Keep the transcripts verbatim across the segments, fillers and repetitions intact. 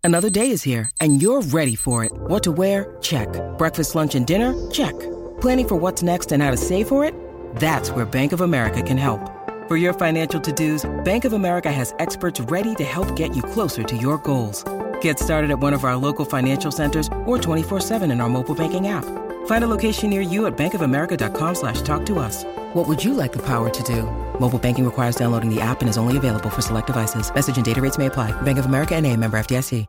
Another day is here, and you're ready for it. What to wear? Check. Breakfast, lunch, and dinner? Check. Planning for what's next and how to save for it? That's where Bank of America can help. For your financial to-dos, Bank of America has experts ready to help get you closer to your goals. Get started at one of our local financial centers or twenty-four seven in our mobile banking app. Find a location near you at bankofamerica.com slash talk to us. What would you like the power to do? Mobile banking requires downloading the app and is only available for select devices. Message and data rates may apply. Bank of America N A, member F D I C.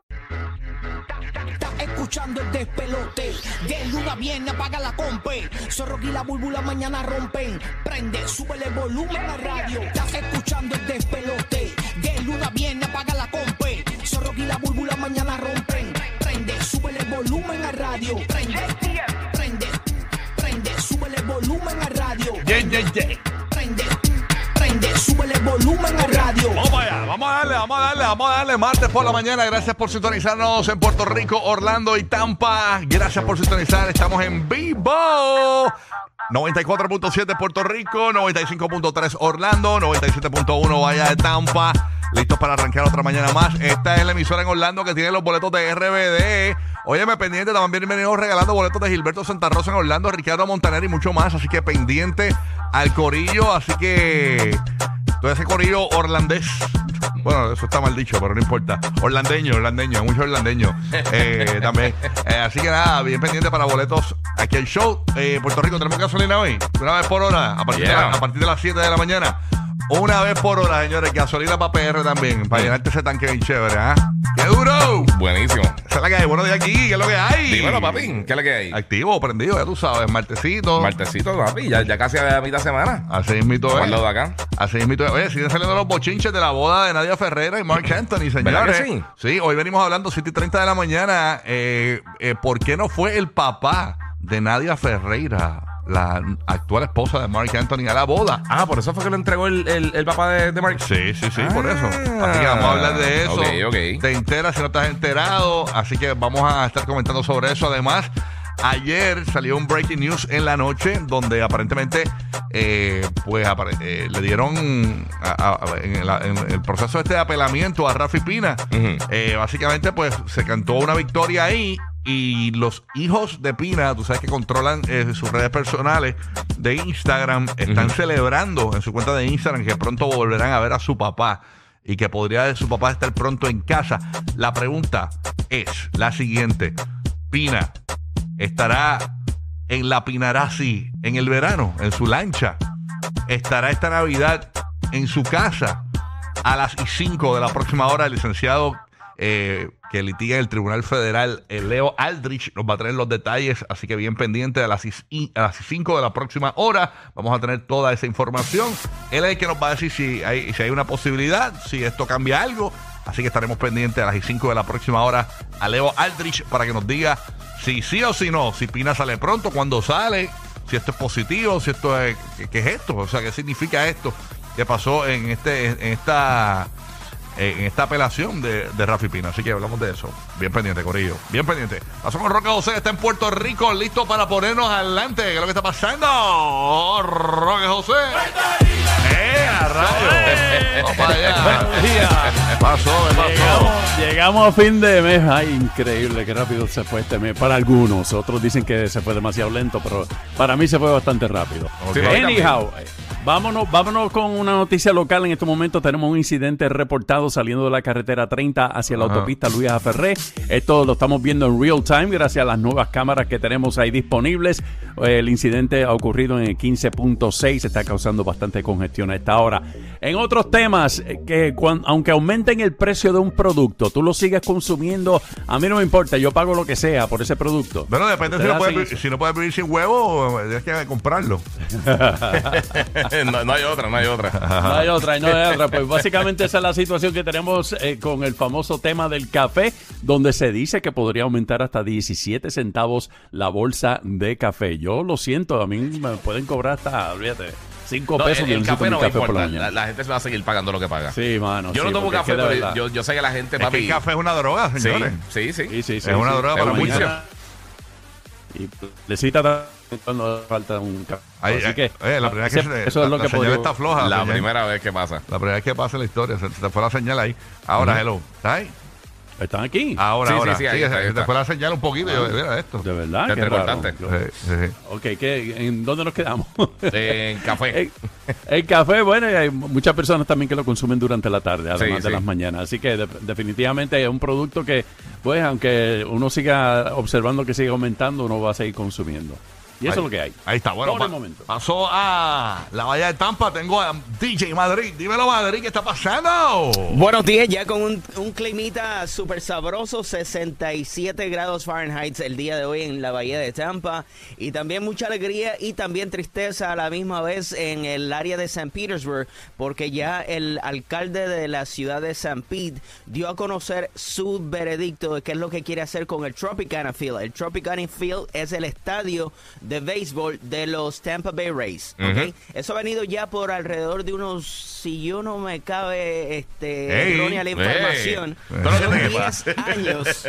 Escuchando el despelote, de luna viene, apaga la compe. Zorro y la búlbula mañana rompen. Prende, sube el volumen a radio. Estás escuchando el despelote, de luna viene, apaga la compe. Zorro y la búlbula mañana rompen. Prende, sube el volumen a radio. Prende, prende, prende, sube el volumen a radio. Yeah, yeah, yeah. Prende, prende, sube el volumen a radio. Vamos allá, vamos a darle, vamos a darle, vamos a darle. Martes por la mañana, gracias por sintonizarnos en Puerto Rico, Orlando y Tampa. Gracias por sintonizar, estamos en vivo. noventa y cuatro punto siete Puerto Rico, noventa y cinco punto tres Orlando, noventa y siete punto uno Bahía de Tampa. Listos para arrancar otra mañana más. Esta es la emisora en Orlando que tiene los boletos de R B D. Óyeme, pendiente, también venimos regalando boletos de Gilberto Santa Rosa en Orlando, Ricardo Montaner y mucho más. Así que pendiente al corillo. Así que todo ese corillo orlandés. Bueno, eso está mal dicho, pero no importa. Orlandeño, orlandeño, mucho orlandeño eh, también. Eh, así que nada, bien pendiente para boletos aquí al show. Eh, Puerto Rico, ¿tenemos gasolina hoy? Una vez por hora, a partir, yeah. de, la, a partir de las siete de la mañana. Una vez por hora, señores, gasolina para P R también, para llenarte ese tanque bien chévere, ¿ah? ¿eh? ¡Qué duro! Buenísimo. Esa es la que hay. Bueno, de aquí, ¿qué es lo que hay? Dímelo, papi, ¿qué es lo que hay? Activo, prendido, ya tú sabes, martesito. Martesito, papi, ya, ya casi a mitad de semana. Así es mito, ¿eh? de acá. Así es mito. Oye, siguen saliendo los bochinches de la boda de Nadia Ferreira y Marc Anthony, señores. ¿Verdad que sí? Sí, hoy venimos hablando siete y treinta de la mañana. Eh, eh, ¿Por qué no fue el papá de Nadia Ferreira, la actual esposa de Marc Anthony, a la boda? Ah, por eso fue que lo entregó el, el, el papá de, de Marc. Sí, sí, sí, ah, por eso. Así que vamos a hablar de eso. Ok, ok. Te enteras si no estás enterado. Así que vamos a estar comentando sobre eso. Además, ayer salió un breaking news en la noche donde aparentemente eh, pues apare eh, le dieron a, a, en, la, en el proceso este de apelamiento a Rafi Pina. Uh-huh. eh, básicamente pues se cantó una victoria ahí. Y los hijos de Pina, tú sabes que controlan eh, sus redes personales de Instagram, están uh-huh. celebrando en su cuenta de Instagram que pronto volverán a ver a su papá y que podría su papá estar pronto en casa. La pregunta es la siguiente: Pina estará en la Pinarasi en el verano, en su lancha. Estará esta Navidad en su casa a las cinco de la próxima hora. El licenciado Eh, que litiga en el Tribunal Federal, el Leo Aldrich, nos va a traer los detalles, así que bien pendiente a las, a las cinco de la próxima hora vamos a tener toda esa información. Él es el que nos va a decir si hay, si hay una posibilidad, si esto cambia algo, así que estaremos pendientes a las cinco de la próxima hora a Leo Aldrich para que nos diga si sí o si no, si Pina sale pronto, cuándo sale, si esto es positivo, si esto es, ¿qué, qué es esto? O sea, ¿qué significa esto que pasó en este en esta en esta apelación de, de Rafi Pina? Así que hablamos de eso. Bien pendiente, corillo. Bien pendiente. Pasó con Roque José, está en Puerto Rico, listo para ponernos adelante. ¿Qué es lo que está pasando? Roque José. ¡Eh, a rayo! Vamos para allá. Pasó, me pasó. Llegamos, llegamos a fin de mes. Ay, increíble, qué rápido se fue este mes. Para algunos, otros dicen que se fue demasiado lento, pero para mí se fue bastante rápido. Okay. Anyhow, vámonos, vámonos con una noticia local. En este momento tenemos un incidente reportado saliendo de la carretera treinta hacia la Ajá. autopista Luis Aferré. Esto lo estamos viendo en real time gracias a las nuevas cámaras que tenemos ahí disponibles. El incidente ha ocurrido en el quince punto seis, está causando bastante congestión a esta hora. En otros temas, que cuando, aunque aumenten el precio de un producto, tú lo sigues consumiendo, a mí no me importa, yo pago lo que sea por ese producto. Bueno, depende si no, puedes, si no puedes vivir sin huevo, tienes que comprarlo. no, no hay otra, no hay otra. No hay otra, no hay otra. Pues básicamente esa es la situación que tenemos eh, con el famoso tema del café, donde se dice que podría aumentar hasta diecisiete centavos la bolsa de café. Yo lo siento, a mí me pueden cobrar hasta, olvídate, cinco no, pesos. El, el café no me importa, la, la gente se va a seguir pagando lo que paga. Sí, mano. Yo sí, no tomo café, pero yo, yo sé que la gente, es papi, que el café es una droga, señores. Sí, sí, sí. sí, sí, sí es una sí, droga sí, para muchos. Y necesita cuando falta un café. Ay, Así que eh, la primera ese, que se, eso es lo la, que la señal está floja. La señal. primera vez que pasa. La primera vez que pasa en la historia, se, se te fue la señal ahí. Ahora, uh-huh. hello, ¿está ahí? Están aquí. Ahora, Sí, ahora. sí, sí, ahí está, ahí está. Después la señal un poquito. Yo, mira esto. De verdad. Te qué raro. recortaste. Sí, sí, sí. Ok, ¿qué, ¿en dónde nos quedamos? En café. el, el café, bueno, y hay muchas personas también que lo consumen durante la tarde, además Sí, de sí. las mañanas. Así que de- definitivamente es un producto que, pues, aunque uno siga observando que sigue aumentando, uno va a seguir consumiendo. Y eso Ahí- es lo que hay. Ahí está, bueno. Por el pa- momento. Pasó a la Bahía de Tampa. Tengo a D J Madrid. Dímelo, Madrid, ¿qué está pasando? Buenos días, ya con un, un climita súper sabroso, sesenta y siete grados Fahrenheit el día de hoy en la bahía de Tampa, y también mucha alegría y también tristeza a la misma vez en el área de Saint Petersburg, porque ya el alcalde de la ciudad de Saint Pete dio a conocer su veredicto de qué es lo que quiere hacer con el Tropicana Field. El Tropicana Field es el estadio de béisbol de los Tampa Bay Rays. ¿Ok? Eso ha venido ya por alrededor de unos, si yo no me cabe este, Ey, errónea la información, ey. son Todo lo que te diez años.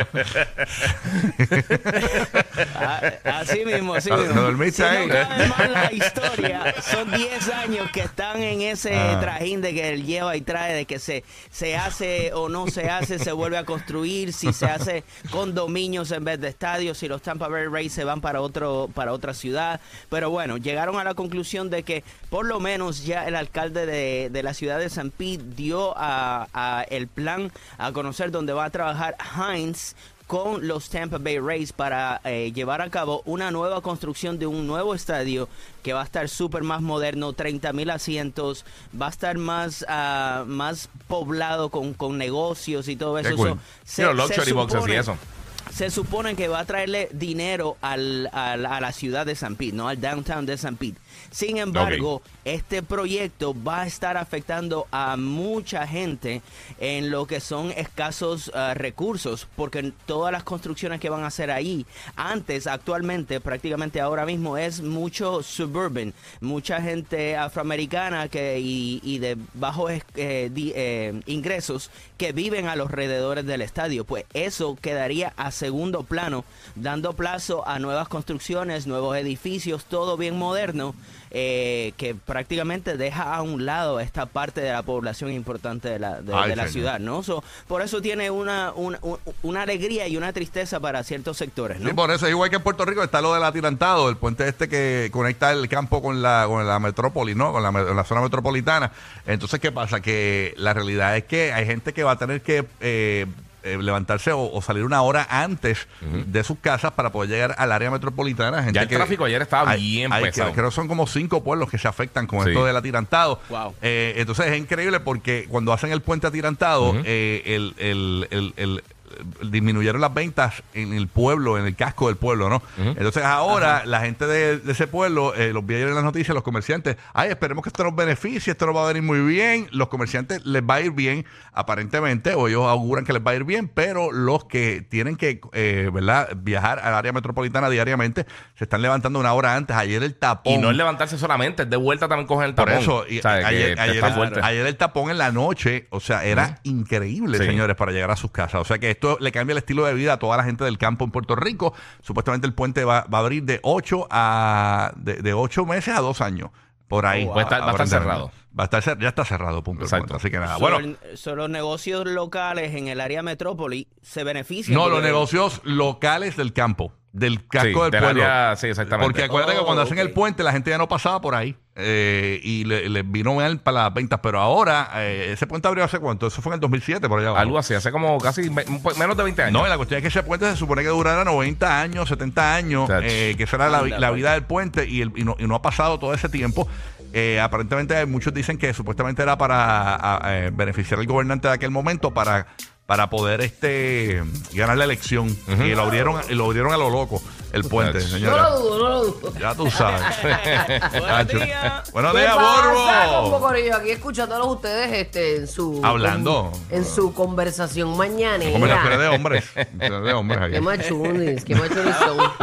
Ah, así mismo, así Ah, mismo. ¿te dormiste Si ahí? no cabe más la historia, son diez años que están en ese Ah. trajín de que él lleva y trae, de que se, se hace o no se hace, se vuelve a construir, si se hace condominios en vez de estadios, si los Tampa Bay Rays se van para otro para otra ciudad. Pero bueno, llegaron a la conclusión de que por lo menos ya el alcalde de, de la ciudad de Saint Pete dio a, a el plan a conocer dónde va a trabajar Heinz con los Tampa Bay Rays para eh, llevar a cabo una nueva construcción de un nuevo estadio que va a estar súper más moderno, treinta mil asientos, va a estar más ah, más poblado con, con negocios y todo eso. Qué cool. So, Sí, los luxury boxes y eso. Se supone que va a traerle dinero al, al- a la ciudad de Saint Pete, ¿no? Al downtown de Saint Pete. Sin embargo, este proyecto va a estar afectando a mucha gente en lo que son escasos uh, recursos, porque todas las construcciones que van a hacer ahí, antes, actualmente, prácticamente ahora mismo, es mucho suburban, mucha gente afroamericana que y, y de bajos eh, di- eh, ingresos que viven a los alrededores del estadio. Pues eso quedaría a segundo plano, dando plazo a nuevas construcciones, nuevos edificios, todo bien moderno, eh, que prácticamente deja a un lado esta parte de la población importante de la, de, Ay, de la señor. ciudad, ¿no? So, por eso tiene una, una, una alegría y una tristeza para ciertos sectores, ¿no? Sí, por eso, igual que en Puerto Rico está lo del atirantado, el puente este que conecta el campo con la, con la metrópoli, ¿no? Con la, me- la zona metropolitana. Entonces, ¿qué pasa? Que la realidad es que hay gente que va a tener que eh, eh, levantarse o, o salir una hora antes de sus casas para poder llegar al área metropolitana. Gente Ya el que- tráfico ayer estaba hay- bien hay- pesado. Creo que son como cinco pueblos que se afectan con Sí. esto del atirantado. Wow. Eh, entonces es increíble porque cuando hacen el puente atirantado, Ujú. eh, el, el, el, el- disminuyeron las ventas en el pueblo, en el casco del pueblo, ¿no? Ujú. Entonces ahora la gente de, de ese pueblo, eh, los vi ayer en las noticias, los comerciantes, ay, esperemos que esto nos beneficie, esto nos va a venir muy bien. Los comerciantes les va a ir bien, aparentemente, o ellos auguran que les va a ir bien, pero los que tienen que, eh, ¿verdad?, viajar al área metropolitana diariamente, se están levantando una hora antes. Ayer el tapón. Y no es levantarse solamente, es de vuelta también cogen el Por tapón. eso, y O sea, que ayer, ayer está el, fuerte. ayer el tapón en la noche, o sea, era Ujú. increíble, Sí. señores, para llegar a sus casas. O sea que esto le cambia el estilo de vida a toda la gente del campo en Puerto Rico. Supuestamente el puente va, va a abrir de ocho a de, de ocho meses a dos años. Por ahí. Oh, wow. Va a estar- va a estar Aparentemente. cerrado. Va a estar cer- ya está cerrado, punto. el Exacto. puente, así que nada. Solo Bueno, el- solo los negocios locales en el área metrópoli se benefician. no, los porque- negocios locales del campo, del casco Sí, del del pueblo. área- sí, exactamente. Porque acuérdate que Oh, cuando hacen ok. el puente, la gente ya no pasaba por ahí. eh, y les le vino mal para las ventas. Pero ahora, eh, ese puente abrió hace cuánto? Eso fue en el dos mil siete, por allá abajo. Algo así, hace como casi ve- un po- menos de veinte años. No, y la cuestión es que ese puente se supone que durara noventa años, setenta años, Chach. eh, que esa era la, vi- Anda, la pues. vida del puente y, el- y, no, y no ha pasado todo ese tiempo. Eh, aparentemente muchos dicen que supuestamente era para a- a, eh, beneficiar al gobernante de aquel momento para, para poder este ganar la elección. Ujú. Y lo abrieron, y lo abrieron a lo loco, el puente, Chach. No señora. lo dudo, no lo dudo. Ya tú sabes. Buenos Chacho. días. Buenos ¿Qué días, pasa, Borbo. Combo Corillo? Aquí escuchándolos ustedes este, en su... Hablando. En, en su conversación mañanera. Conversaciones de hombres. Conversaciones de hombres aquí. Qué machunis, qué machunis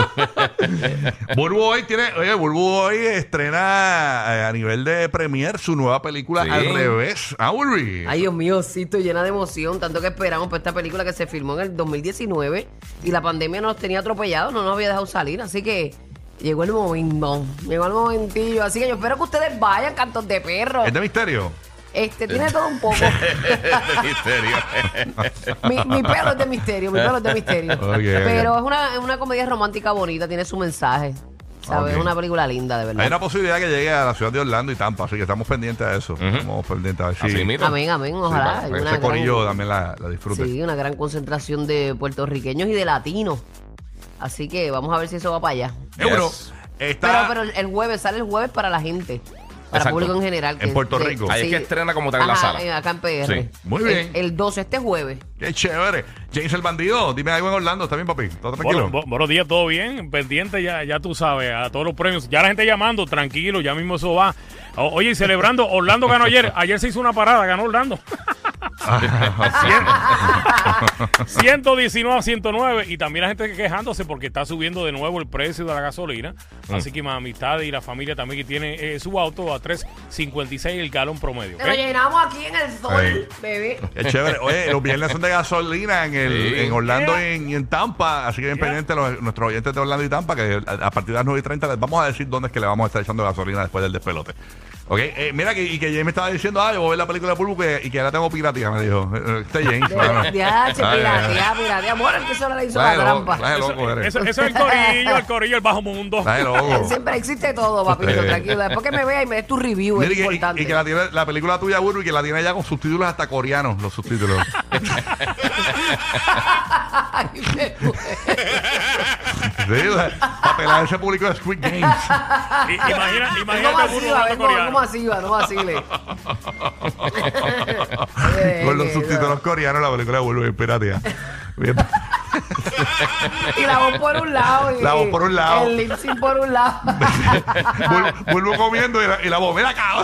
son. Bulbu hoy tiene, oye, Bulbu hoy estrena eh, a nivel de premier su nueva película Sí. Al Revés. Ah, Bulbi. Ay, Dios mío, sí, estoy llena de emoción. Tanto que esperamos por esta película que se filmó en el dos mil diecinueve y la pandemia nos tenía atropellados, no nos había dejado salir. Así que llegó el momento, llegó el momentillo. Así que yo espero que ustedes vayan, cantos de perro. ¿Es de misterio? Este, tiene todo un poco. De misterio. mi, mi pelo es de misterio, mi pelo es de misterio. Okay, Pero okay. es una, es una comedia romántica bonita, tiene su mensaje. ¿Sabes? Ok. Es una película linda, de verdad. Hay una posibilidad que llegue a la ciudad de Orlando y Tampa, así que estamos pendientes a eso. Estamos pendientes a ver si Así mismo. Amén, amén, ojalá. sí, Hay para una ese gran- corillo también la, la disfrute. Sí, una gran concentración de puertorriqueños y de latinos. Así que vamos a ver si eso va para allá. Euro Yes. está Pero, pero el, el jueves, sale el jueves para la gente. Para Exacto. público en general. En Puerto Rico. Ahí es que estrena como tal en la Ajá, sala. eh, acá en P R. Sí. Muy El- bien. El, doce, este jueves. Qué chévere. James el bandido, dime algo en Orlando, ¿está bien, papi? ¿Todo tranquilo? Bueno, bu- buenos días, todo bien, pendiente ya, ya tú sabes, a todos los premios. Ya la gente llamando, tranquilo, ya mismo eso va. O- oye, y celebrando, Orlando ganó ayer. Ayer se hizo una parada, ganó Orlando. ciento diecinueve a ciento nueve. Y también la gente quejándose porque está subiendo de nuevo el precio de la gasolina. Así que mis amistades y la familia también que tiene eh, su auto a tres cincuenta y seis el galón promedio. Te lo ¿ok? llenamos aquí en el sol, Ey. bebé. Qué chévere. Oye, los viernes son de gasolina en, el, Sí. en Orlando y en, y en Tampa. Así que bien pendientes los, nuestros oyentes de Orlando y Tampa, que a, a partir de las nueve y treinta les vamos a decir dónde es que le vamos a estar echando gasolina después del despelote. Ok, eh, mira que, y que James me estaba diciendo, ah, yo voy a ver la película de Pulpo que- y que ya la tengo piratía, me dijo. Eh, Este James. De, mano. de H, Ay, piratea, piratea. Bueno, el que solo le hizo Claro, la trampa. claro. Eso, loco eres. eso- eso es el corillo, el corillo, el bajo mundo. Ay, loco. Siempre existe todo, papito, Eh. tranquilo. Después que me vea y me des tu review, Mira, es y, que, importante. y que la, tiene, la película tuya, Burbu, y que la tiene ya con subtítulos hasta coreanos, los subtítulos. Ay, me muero. Sí, para pelar ese público de Squid Games. I- Imagina, Vengo imagínate Burbu masiva, hablando vengo, coreano. vengo masiva, no vacile. Con los subtítulos coreanos, la película de Burbu bien piratea. Bien. Y la voz por un lado. Y La voz por un lado. El lip sync por un lado. Burbu, Burbu comiendo y la, y la voz, mira acá.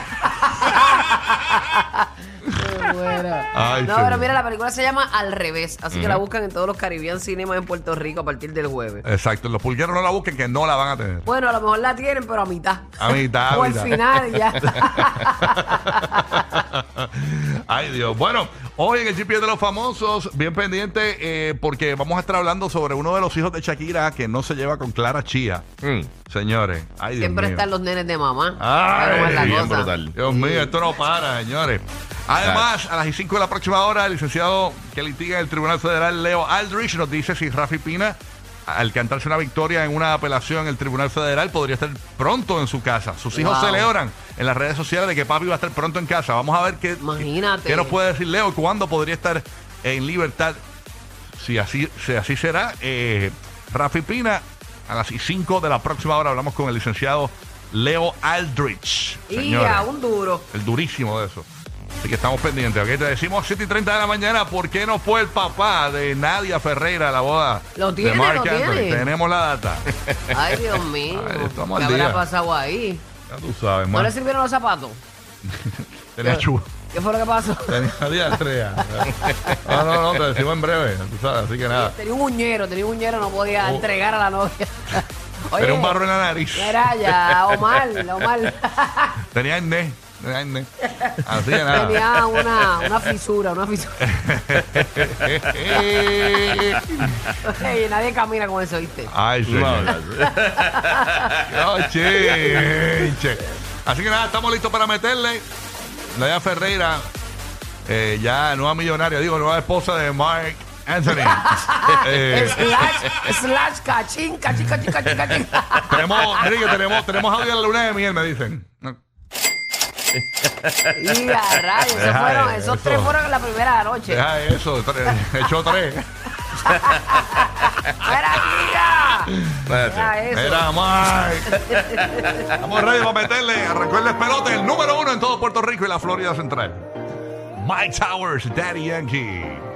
Qué buena. Ay, no, señor. pero mira, la película se llama Al Revés. Así que la buscan en todos los Caribbean Cinemas en Puerto Rico a partir del jueves. Exacto, los pulgueros no la busquen, que no la van a tener. Bueno, a lo mejor la tienen, pero a mitad. A mitad, O a al mitad. final ya. Ay, Dios. Bueno, hoy en el G P S de los famosos, bien pendiente, eh, porque vamos a estar hablando sobre uno de los hijos de Shakira que no se lleva con Clara Chía. Mm. Señores, ay, Dios Siempre mío. están los nenes de mamá. Ay, Pero es la bien cosa. brutal. Dios mío, esto no para, señores. Además, a las cinco de la próxima hora, el licenciado que litiga en el Tribunal Federal, Leo Aldrich, nos dice si Rafi Pina, al cantarse una victoria en una apelación en el Tribunal Federal, podría estar pronto en su casa. Sus hijos Wow. celebran en las redes sociales de que papi va a estar pronto en casa. Vamos a ver qué, Imagínate. qué nos puede decir Leo y cuándo podría estar en libertad. Si así, si así será, eh, Rafi Pina, a las cinco de la próxima hora hablamos con el licenciado Leo Aldrich. Y Señores. a un duro. El durísimo de eso. Así que estamos pendientes, ¿ok? Te decimos siete y treinta de la mañana. ¿Por qué no fue el papá de Nadia Ferreira a la boda Lo tiene, de Marc lo Anthony? tiene. Tenemos la data. Ay, Dios mío. Ay, estamos ¿Qué al habrá día. pasado ahí? Ya tú sabes, ¿No man. le sirvieron los zapatos? Tenía chulo. ¿Qué fue lo que pasó? Tenía diarrea. No, no, no, te decimos en breve. Tú sabes, así que nada. Tenía un uñero, tenía un uñero, no podía Oh. entregar a la novia. Tenía un barro en la nariz. Mira ya, Omar, Omar. Tenía acné. Tenía acné. Así que nada. Tenía una, una fisura, una fisura. Ey, nadie camina con eso, ¿viste? Ay, señor. No, che, che. Así que nada, estamos listos para meterle. Nadia Ferreira, eh, ya nueva millonaria, digo, nueva esposa de Marc Anthony. Eh, Slash, slash, cachín, cachín, cachín, cachín, cachín. tenemos, miren que tenemos, tenemos audio de la luna de miel, me dicen. Y a rayos, esos, Deja fueron, eso. esos tres fueron en la primera noche. Deja eso, tres, echó tres. ¡Mira, mira! Espérate. Mira eso. Era Marc. Estamos ready para meterle. Arrancó el despelote, el número uno en todo Puerto Rico y la Florida Central. Mike Towers, Daddy Yankee.